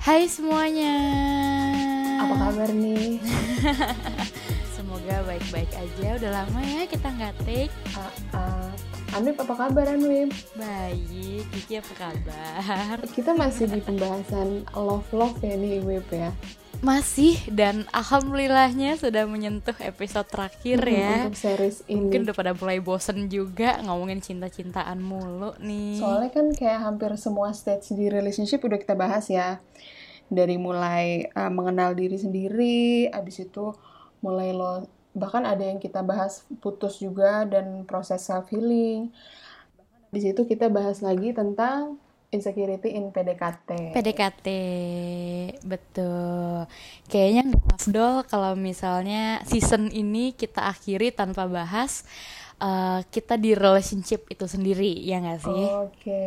Hai semuanya. Apa kabar nih? Semoga baik-baik aja. Udah lama ya kita nggak take. Anwib, apa kabar Anwib? Baik, Kiki apa kabar? Kita masih di pembahasan love ya nih Wib ya. Masih, dan alhamdulillahnya sudah menyentuh episode terakhir ya. Untuk series ini. Mungkin udah pada mulai bosen juga ngomongin cinta-cintaan mulu nih. Soalnya kan kayak hampir semua stage di relationship udah kita bahas ya. Dari mulai mengenal diri sendiri, abis itu mulai bahkan ada yang kita bahas putus juga dan proses self healing. Di situ kita bahas lagi tentang insecurity in PDKT. PDKT, betul. Kayaknya nggak afdol kalau misalnya season ini kita akhiri tanpa bahas kita di relationship itu sendiri, ya nggak sih? Oke.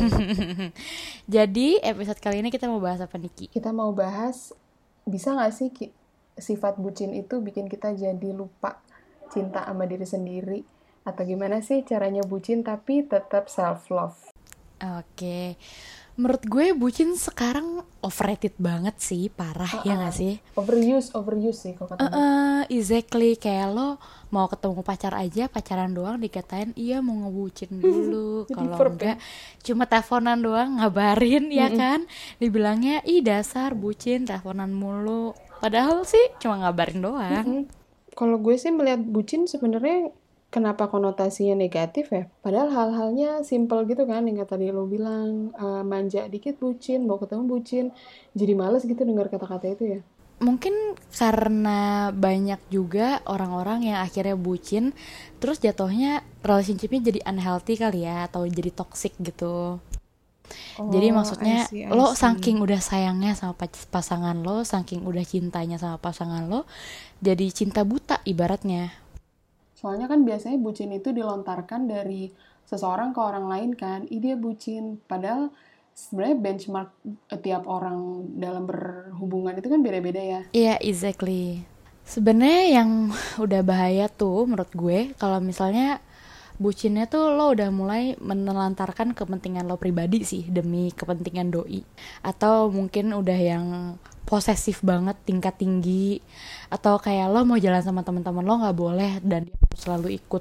Jadi episode kali ini kita mau bahas apa, Niki? Kita mau bahas, bisa nggak sih sifat bucin itu bikin kita jadi lupa cinta sama diri sendiri? Atau gimana sih caranya bucin tapi tetap self-love? Oke. Menurut gue bucin sekarang overrated banget sih, parah ya nggak sih? Overuse sih kalau kata gue. Exactly, kayak lo mau ketemu pacar aja, pacaran doang dikatain iya mau ngebucin dulu. Kalau enggak cuma teleponan doang ngabarin ya kan, dibilangnya ih dasar bucin teleponan mulu, padahal sih cuma ngabarin doang. Kalau gue sih melihat bucin sebenarnya kenapa konotasinya negatif ya? Padahal hal-halnya simple gitu kan, yang tadi lo bilang manja dikit bucin, mau ketemu bucin, jadi males gitu dengar kata-kata itu ya. Mungkin karena banyak juga orang-orang yang akhirnya bucin terus jatuhnya relationshipnya jadi unhealthy kali ya, atau jadi toxic gitu. Jadi maksudnya I see. lo saking udah sayangnya sama pasangan lo, saking udah cintanya sama pasangan lo, jadi cinta buta ibaratnya. Soalnya kan biasanya bucin itu dilontarkan dari seseorang ke orang lain kan. Ih dia bucin. Padahal sebenarnya benchmark tiap orang dalam berhubungan itu kan beda-beda ya. Iya, exactly. Sebenarnya yang udah bahaya tuh menurut gue kalau misalnya bucinnya tuh lo udah mulai menelantarkan kepentingan lo pribadi sih demi kepentingan doi, atau mungkin udah yang posesif banget tingkat tinggi, atau kayak lo mau jalan sama teman-teman lo nggak boleh dan dia harus selalu ikut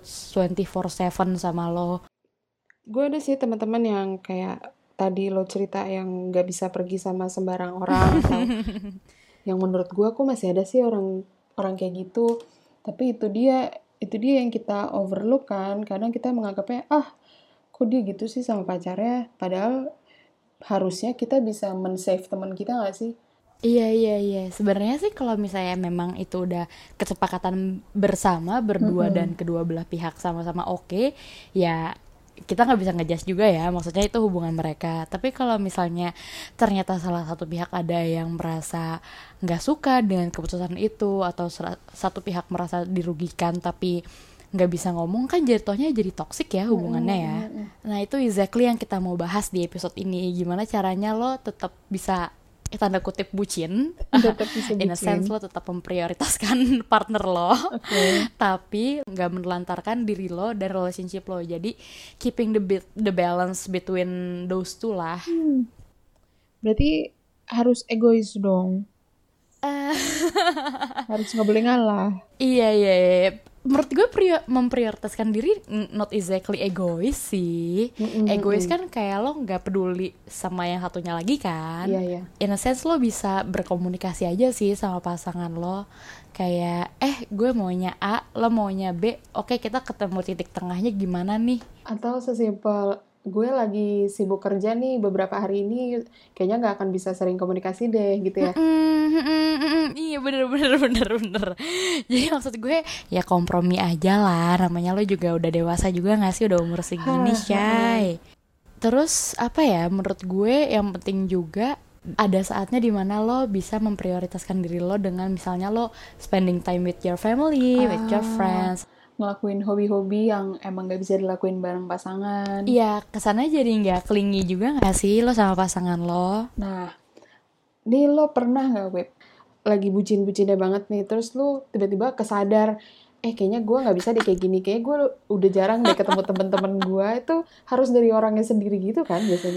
24/7 sama lo. Gue ada sih teman-teman yang kayak tadi lo cerita yang nggak bisa pergi sama sembarang orang atau yang menurut gue aku masih ada sih orang kayak gitu. Tapi itu dia yang kita overlook kan. Kadang kita menganggapnya kok dia gitu sih sama pacarnya, padahal harusnya kita bisa men-save teman kita nggak sih? Iya. Sebenarnya sih kalau misalnya memang itu udah kesepakatan bersama berdua dan kedua belah pihak sama-sama oke, ya kita nggak bisa ngejudge juga ya, maksudnya itu hubungan mereka. Tapi kalau misalnya ternyata salah satu pihak ada yang merasa nggak suka dengan keputusan itu, atau satu pihak merasa dirugikan tapi nggak bisa ngomong, kan jatuhnya jadi toksik ya hubungannya ya. Nah itu exactly yang kita mau bahas di episode ini. Gimana caranya lo tetap bisa tanda kutip bucin, Tetap bisa in a sense lo tetap memprioritaskan partner lo, tapi nggak menelantarkan diri lo dan relationship lo. Jadi keeping the balance between those two lah. Berarti harus egois dong. Harus nggak boleh ngalah. Iya. Menurut gue memprioritaskan diri not exactly egois sih. Egois kan kayak lo nggak peduli sama yang satunya lagi kan. Iya. In a sense lo bisa berkomunikasi aja sih sama pasangan lo. Kayak gue maunya A, lo maunya B. Oke, kita ketemu titik tengahnya gimana nih? Atau sesimpel gue lagi sibuk kerja nih beberapa hari ini, kayaknya nggak akan bisa sering komunikasi deh gitu ya. Iya bener. Jadi maksud gue ya kompromi aja lah. Namanya lo juga udah dewasa juga gak sih, udah umur segini Shay. Terus apa ya, menurut gue yang penting juga ada saatnya dimana lo bisa memprioritaskan diri lo dengan misalnya lo spending time with your family, with your friends, ngelakuin hobi-hobi yang emang gak bisa dilakuin bareng pasangan. Iya, kesannya jadi gak clingy juga gak sih lo sama pasangan lo? Nah, nih lo pernah gak Web lagi bucin-bucinnya banget nih, terus lo tiba-tiba kesadar kayaknya gue gak bisa deh kayak gini, kayak gue udah jarang deh ketemu temen-temen gue, itu harus dari orangnya sendiri gitu kan biasanya.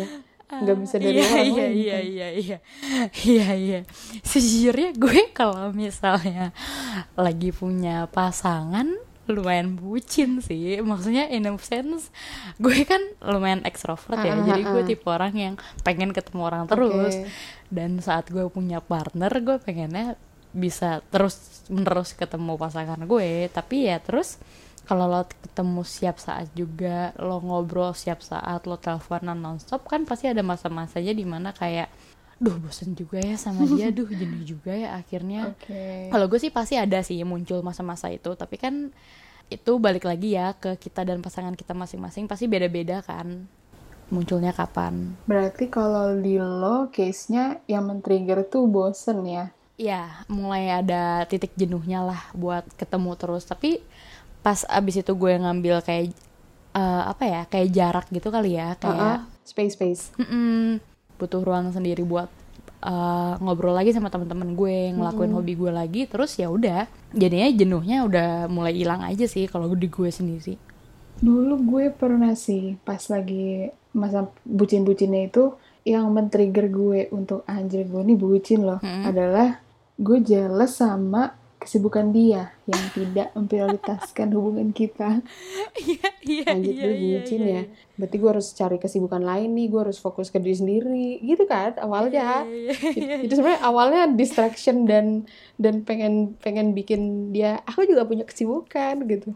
nggak bisa dari Iya orang iya lain iya kan. iya iya iya iya. Sejujurnya gue kalau misalnya lagi punya pasangan lumayan bucin sih. Maksudnya in a sense gue kan lumayan ekstrovert Ah, ya. ah, Jadi ah, gue ah. tipe orang yang pengen ketemu orang terus. Oke. Dan saat gue punya partner, gue pengennya bisa terus menerus ketemu pasangan gue. Tapi ya terus kalau lo ketemu siap saat juga, lo ngobrol siap saat, lo teleponan nonstop, kan pasti ada masa-masanya dimana kayak, duh bosen juga ya sama dia, duh jenuh juga ya akhirnya. Oke. Kalau gue sih pasti ada sih muncul masa-masa itu, tapi kan itu balik lagi ya ke kita dan pasangan kita masing-masing, pasti beda-beda kan munculnya kapan. Berarti kalau di lo case-nya yang men-trigger tuh bosen ya? Ya mulai ada titik jenuhnya lah buat ketemu terus, tapi pas abis itu gue ngambil kayak apa ya, kayak jarak gitu kali ya, kayak Space. butuh ruang sendiri buat ngobrol lagi sama teman-teman gue, ngelakuin hobi gue lagi, terus ya udah jadinya jenuhnya udah mulai hilang aja sih kalau di gue sendiri. Dulu gue pernah sih pas lagi masa bucin-bucinnya itu yang men-trigger gue untuk anjir gue nih bucin loh adalah gue jealous sama kesibukan dia yang tidak memprioritaskan hubungan kita. Iya iya Anjir iya gue iya bucin iya ya. Berarti gue harus cari kesibukan lain nih, gue harus fokus ke diri sendiri. Gitu kan awalnya. iya iya Itu sebenarnya awalnya distraction dan pengen bikin dia aku juga punya kesibukan gitu.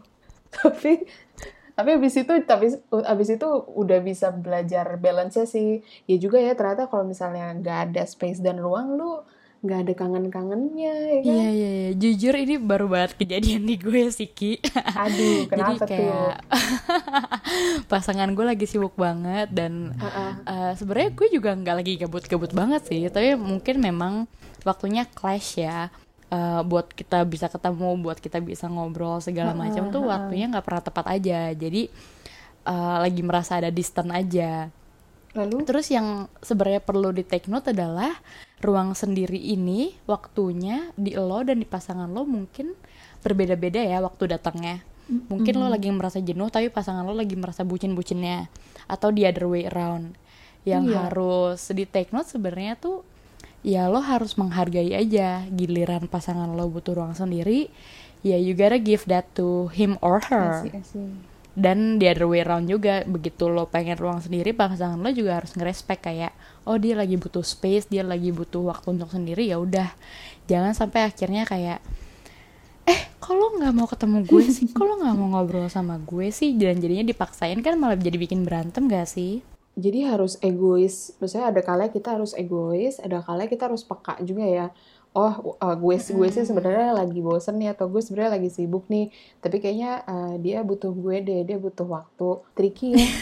Tapi abis itu udah bisa belajar balance-nya sih. Ya juga ya ternyata kalau misalnya nggak ada space dan ruang lu nggak ada kangen-kangennya ya kan. iya iya iya. Jujur ini baru banget kejadian di gue sih Ki. Aduh, Jadi kenapa tuh? kayak pasangan gue lagi sibuk banget dan sebenarnya gue juga nggak lagi gabut-gabut banget sih, tapi mungkin memang waktunya clash ya. Buat kita bisa ketemu, buat kita bisa ngobrol segala macam tuh waktunya nggak pernah tepat aja. Jadi lagi merasa ada distant aja. Lalu Terus yang sebenarnya perlu di take note adalah ruang sendiri ini waktunya di lo dan di pasangan lo mungkin berbeda-beda ya waktu datangnya. Mungkin lo lagi merasa jenuh tapi pasangan lo lagi merasa bucin-bucinnya, atau the other way around. Yang Iya. harus di take note sebenarnya tuh ya lo harus menghargai aja giliran pasangan lo butuh ruang sendiri, ya you gotta give that to him or her. asik. Dan the other way around juga, begitu lo pengen ruang sendiri, pasangan lo juga harus ngerespek kayak, oh dia lagi butuh space, dia lagi butuh waktu untuk sendiri, ya udah. Jangan sampai akhirnya kayak, kok lo nggak mau ketemu gue sih, kok lo nggak mau ngobrol sama gue sih, dan jadinya dipaksain kan malah jadi bikin berantem gak sih? Jadi harus egois. Maksudnya ada kalanya kita harus egois, ada kalanya kita harus peka juga ya. Oh, gue sih sebenarnya lagi bosen nih atau gue sebenarnya lagi sibuk nih. Tapi kayaknya dia butuh gue deh, dia butuh waktu. Tricky ya.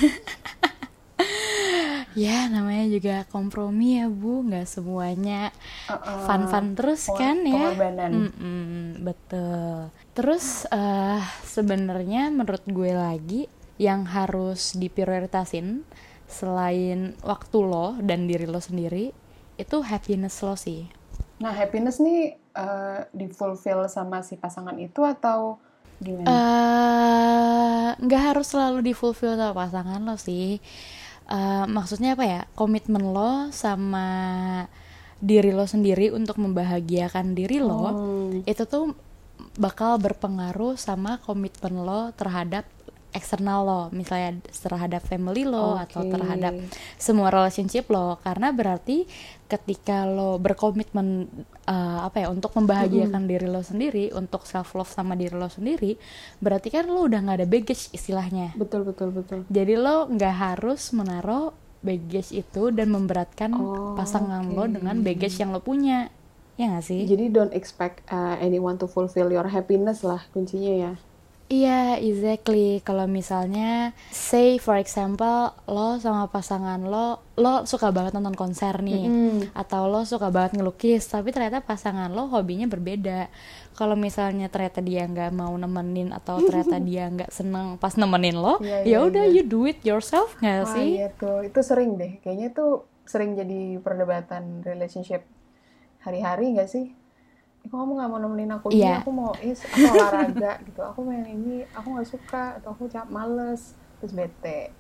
Ya namanya juga kompromi ya Bu, nggak semuanya fun-fun terus kan ya. Pengorbanan. Betul. Terus sebenarnya menurut gue lagi yang harus diprioritasin selain waktu lo dan diri lo sendiri itu happiness lo sih. Nah, happiness nih di-fulfill sama si pasangan itu atau gimana? Nggak harus selalu di fulfill sama pasangan lo sih. Maksudnya apa ya, komitmen lo sama diri lo sendiri untuk membahagiakan diri lo itu tuh bakal berpengaruh sama komitmen lo terhadap eksternal lo, misalnya terhadap family lo atau terhadap semua relationship lo. Karena berarti ketika lo berkomitmen untuk membahagiakan diri lo sendiri, untuk self love sama diri lo sendiri, berarti kan lo udah nggak ada baggage istilahnya. Betul. Jadi lo nggak harus menaruh baggage itu dan memberatkan pasangan lo dengan baggage yang lo punya, ya nggak sih? Jadi don't expect anyone to fulfill your happiness lah kuncinya ya. Iya, exactly. Kalau misalnya, say for example, lo sama pasangan lo suka banget nonton konser nih, atau lo suka banget ngelukis, tapi ternyata pasangan lo hobinya berbeda. Kalau misalnya ternyata dia nggak mau nemenin atau ternyata dia nggak seneng pas nemenin lo, ya udah you do it yourself nggak sih? Iya tuh, itu sering deh. Kayaknya tuh sering jadi perdebatan relationship hari-hari nggak sih? Kok kamu nggak mau nemenin aku ini, aku mau aku olahraga gitu, aku main ini, aku nggak suka atau aku males, terus bete.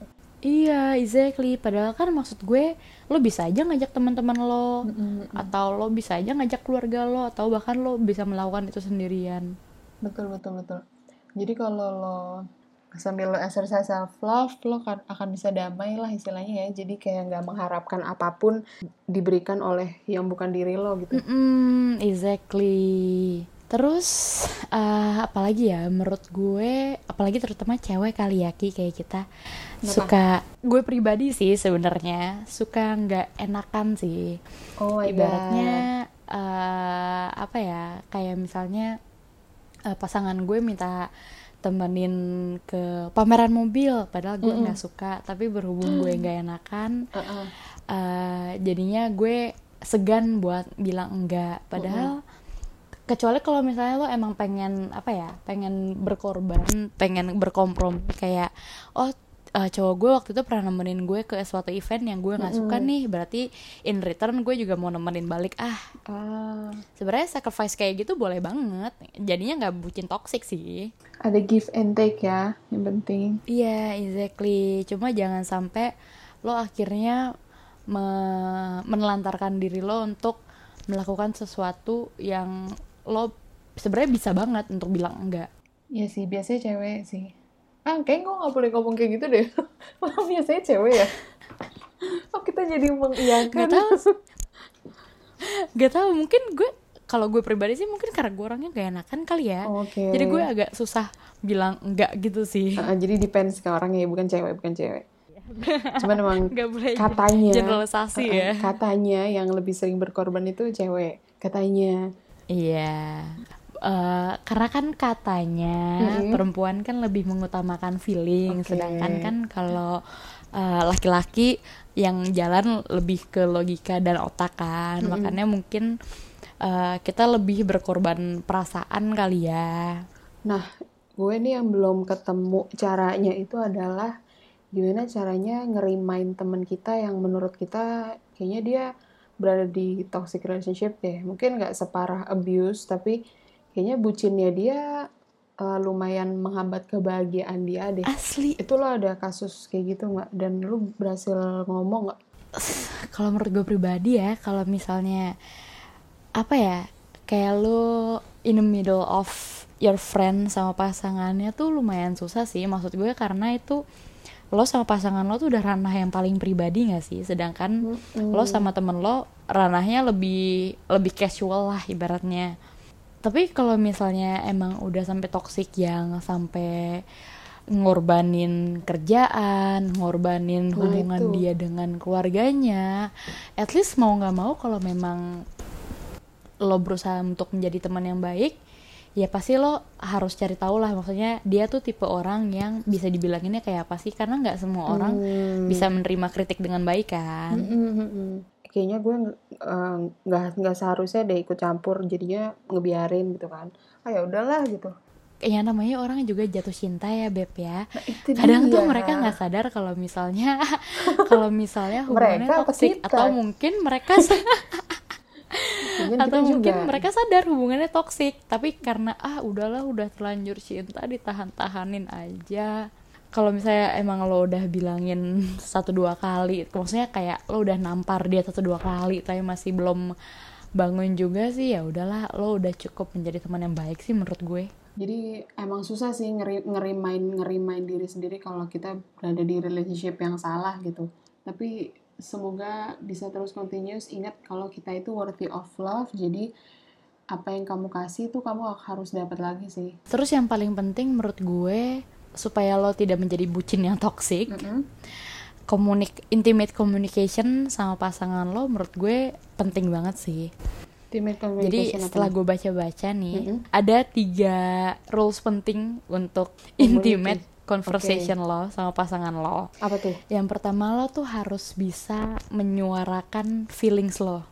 Iya, exactly. Padahal kan maksud gue, lo bisa aja ngajak teman-teman lo, atau lo bisa aja ngajak keluarga lo, atau bahkan lo bisa melakukan itu sendirian. Betul, betul, betul. Jadi kalau lo sambil lo exercise self love, lo akan bisa damai lah istilahnya ya. Jadi kayak nggak mengharapkan apapun diberikan oleh yang bukan diri lo gitu. Exactly. Terus apalagi ya menurut gue, apalagi terutama cewek kali ya Ki, kayak kita suka, gue pribadi sih sebenarnya suka nggak enakan sih. Oh my Ibaratnya apa ya, kayak misalnya pasangan gue minta temenin ke pameran mobil, padahal gue nggak suka, tapi berhubung gue nggak enakan, jadinya gue segan buat bilang enggak. Padahal kecuali kalau misalnya lo emang pengen apa ya, pengen berkorban, pengen berkompromi, kayak cowok gue waktu itu pernah nemenin gue ke suatu event yang gue nggak suka nih, berarti in return gue juga mau nemenin balik. Sebenarnya sacrifice kayak gitu boleh banget, jadinya nggak bucin toxic sih. Ada give and take ya, yang penting. Iya, exactly. Cuma jangan sampai lo akhirnya menelantarkan diri lo untuk melakukan sesuatu yang lo sebenarnya bisa banget untuk bilang enggak. Iya sih, biasanya cewek sih. Kayaknya gue gak boleh ngomong kayak gitu deh. Malah biasanya cewek ya. Kita jadi mengiyakan. Gak tahu, mungkin gue, kalau gue pribadi sih mungkin karena gue orangnya gak enakan kali ya. Jadi gue agak susah bilang enggak gitu sih. Jadi depends ke orangnya, bukan cewek. Cuman emang katanya generalisasi ya. Katanya yang lebih sering berkorban itu cewek. Katanya. Iya. Karena kan katanya perempuan kan lebih mengutamakan feeling, sedangkan kan kalau laki-laki yang jalan lebih ke logika dan otak kan, makanya mungkin kita lebih berkorban perasaan kali ya. Nah, gue nih yang belum ketemu caranya itu adalah gimana caranya ngerimain teman kita yang menurut kita kayaknya dia berada di toxic relationship deh. Mungkin gak separah abuse, tapi kayaknya bucinnya dia lumayan menghambat kebahagiaan dia deh. Asli. Itu lo ada kasus kayak gitu gak? Dan lo berhasil ngomong gak? Kalau menurut gue pribadi ya, kalau misalnya apa ya, kayak lo in the middle of your friend sama pasangannya tuh lumayan susah sih. Maksud gue karena itu lo sama pasangan lo tuh udah ranah yang paling pribadi gak sih? Sedangkan lo sama temen lo ranahnya lebih casual lah ibaratnya. Tapi kalau misalnya emang udah sampai toksik yang sampai ngorbanin kerjaan, ngorbanin hubungan dia dengan keluarganya, at least mau gak mau kalau memang lo berusaha untuk menjadi teman yang baik, ya pasti lo harus cari tahu lah, maksudnya dia tuh tipe orang yang bisa dibilanginnya kayak apa sih, karena nggak semua orang bisa menerima kritik dengan baik kan. Kayaknya gue nggak seharusnya deh ikut campur, jadinya ngebiarin gitu kan. Ya udahlah gitu. Ya namanya orang juga jatuh cinta ya Beb ya. Kadang tuh mereka nggak sadar kalau misalnya hubungannya toksik, atau mungkin mereka atau mungkin mereka sadar hubungannya toksik, tapi karena udahlah, udah terlanjur cinta, ditahan-tahanin aja. Kalau misalnya emang lo udah bilangin 1-2 kali, maksudnya kayak lo udah nampar dia 1-2 kali tapi masih belum bangun juga sih, ya udahlah, lo udah cukup menjadi teman yang baik sih menurut gue. Jadi emang susah sih ngerimain diri sendiri kalau kita berada di relationship yang salah gitu. Tapi semoga bisa terus continuous. Ingat kalau kita itu worthy of love, jadi apa yang kamu kasih tuh kamu harus dapat lagi sih. Terus yang paling penting menurut gue, supaya lo tidak menjadi bucin yang toksik, intimate communication sama pasangan lo menurut gue penting banget sih. Jadi setelah gue baca-baca nih, ada 3 rules penting untuk intimate conversation lo sama pasangan lo. Apa tuh? Yang pertama, lo tuh harus bisa menyuarakan feelings lo.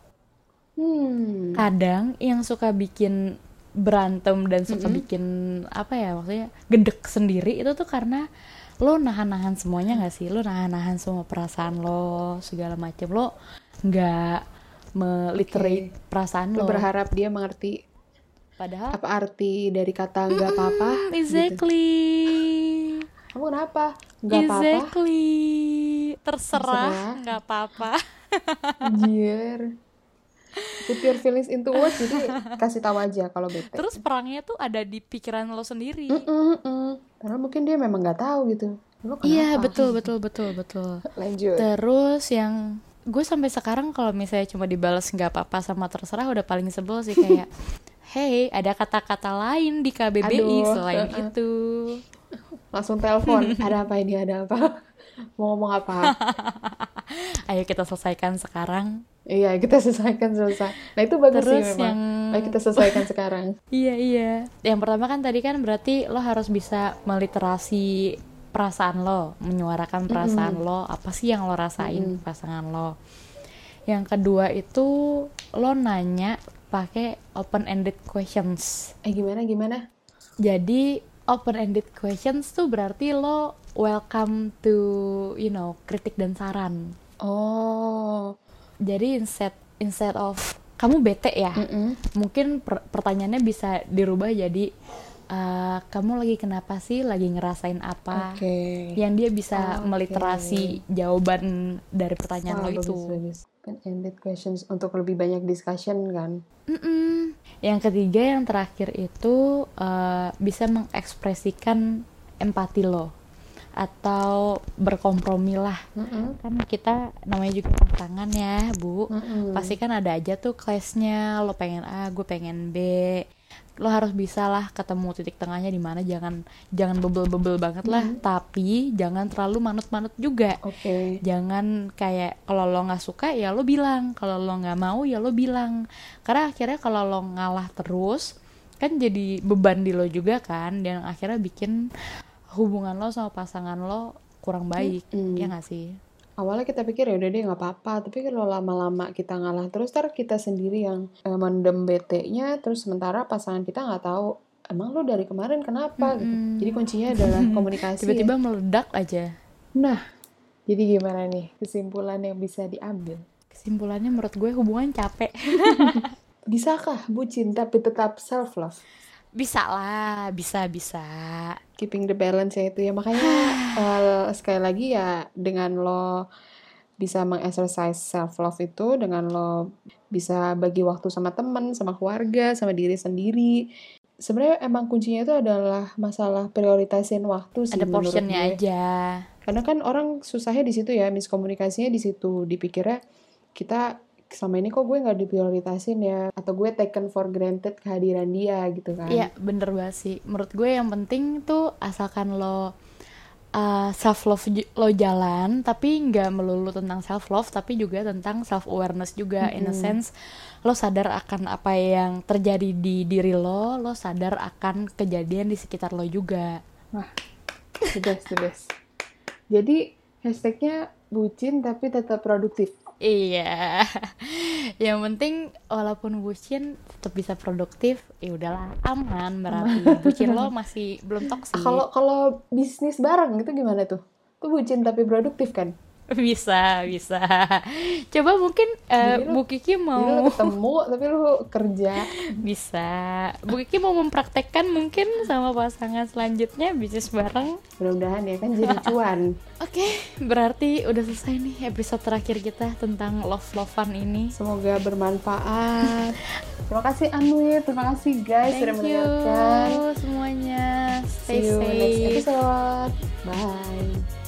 Kadang yang suka bikin berantem dan suka bikin apa ya, maksudnya gedek sendiri itu tuh karena lo nahan-nahan semuanya gak sih? Lo nahan-nahan semua perasaan lo, segala macam. Lo gak meliterate perasaan lo. Lo berharap dia mengerti padahal apa arti dari kata gak apa-apa. Exactly gitu. Kamu kenapa? Gak apa-apa. Exactly. terserah, nggak apa-apa. Anjir. Put your feelings into words, jadi kasih tahu aja kalau bete. Terus perangnya tuh ada di pikiran lo sendiri. Padahal mungkin dia memang nggak tahu gitu. Lo kenapa? Iya, betul. Lanjut. Terus yang gue sampai sekarang kalau misalnya cuma dibalas nggak apa-apa sama terserah udah paling sebel sih, kayak hey, ada kata-kata lain di KBBI selain itu. Langsung telepon, ada apa ini, ada apa? Mau ngomong apa? Ayo kita selesaikan sekarang. Iya, kita selesaikan. Nah itu bagus. Terus sih memang. yang Ayo kita selesaikan sekarang. Iya. Yang pertama kan tadi kan berarti lo harus bisa meliterasi perasaan lo, menyuarakan perasaan lo, apa sih yang lo rasain pasangan lo. Yang kedua itu lo nanya pakai open-ended questions. Gimana? Jadi open-ended questions tuh berarti lo welcome to, kritik dan saran. Oh. Jadi instead of kamu bete ya, mungkin pertanyaannya bisa dirubah jadi kamu lagi kenapa sih, lagi ngerasain apa, yang dia bisa meliterasi jawaban dari pertanyaan lo itu. Bagus. Open-ended questions untuk lebih banyak discussion kan. Yang ketiga, yang terakhir itu bisa mengekspresikan empati lo atau berkompromi lah. Kan kita namanya juga pasangan ya, Bu. Pasti kan ada aja tuh clash-nya, lo pengen A, gue pengen B. Lo harus bisa lah ketemu titik tengahnya di mana. Jangan bebel-bebel banget lah, tapi jangan terlalu manut-manut juga. Jangan kayak kalau lo nggak suka ya lo bilang, kalau lo nggak mau ya lo bilang. Karena akhirnya kalau lo ngalah terus kan jadi beban di lo juga kan, dan akhirnya bikin hubungan lo sama pasangan lo kurang baik. Ya nggak sih? Awalnya kita pikir ya udah deh nggak apa-apa, tapi kalau lama-lama kita ngalah terus, ntar kita sendiri yang mendem bete-nya, terus sementara pasangan kita nggak tahu emang lo dari kemarin kenapa gitu. Jadi kuncinya adalah komunikasi. Tiba-tiba meledak aja. Nah, jadi gimana nih kesimpulan yang bisa diambil? Kesimpulannya menurut gue hubungan capek. Bisakah bucin tapi tetap self love? Bisa lah, bisa. Keeping the balance ya itu ya, makanya sekali lagi ya, dengan lo bisa meng-exercise self love itu, dengan lo bisa bagi waktu sama teman, sama keluarga, sama diri sendiri. Sebenarnya emang kuncinya itu adalah masalah prioritasin waktu sih. Ada portionnya aja. Karena kan orang susahnya di situ ya, miskomunikasinya di situ. Dipikirnya kita sama ini kok gue nggak diprioritasin ya, atau gue taken for granted kehadiran dia gitu kan. Iya, bener banget sih. Menurut gue yang penting tuh asalkan lo self love lo jalan, tapi nggak melulu tentang self love, tapi juga tentang self awareness juga. In a sense lo sadar akan apa yang terjadi di diri lo sadar akan kejadian di sekitar lo juga. Wah, the best. Jadi hashtagnya bucin tapi tetap produktif. Iya. Yang penting walaupun bucin tetap bisa produktif, ya udahlah, aman berarti. Bucin lo masih belum toksik. Kalau bisnis bareng itu gimana tuh? Itu bucin tapi produktif kan? Bisa. Coba mungkin Bu Kiki mau, jadi lo ketemu tapi lo kerja. Bisa. Bu Kiki mau mempraktekkan mungkin sama pasangan selanjutnya bisnis bareng. Mudah-mudahan ya kan jadi cuan. Oke, berarti udah selesai nih episode terakhir kita tentang love-lovean ini. Semoga bermanfaat. Terima kasih Anwir, terima kasih guys sudah mendengarkan. Thank you semuanya. Stay See you safe. next episode. Bye.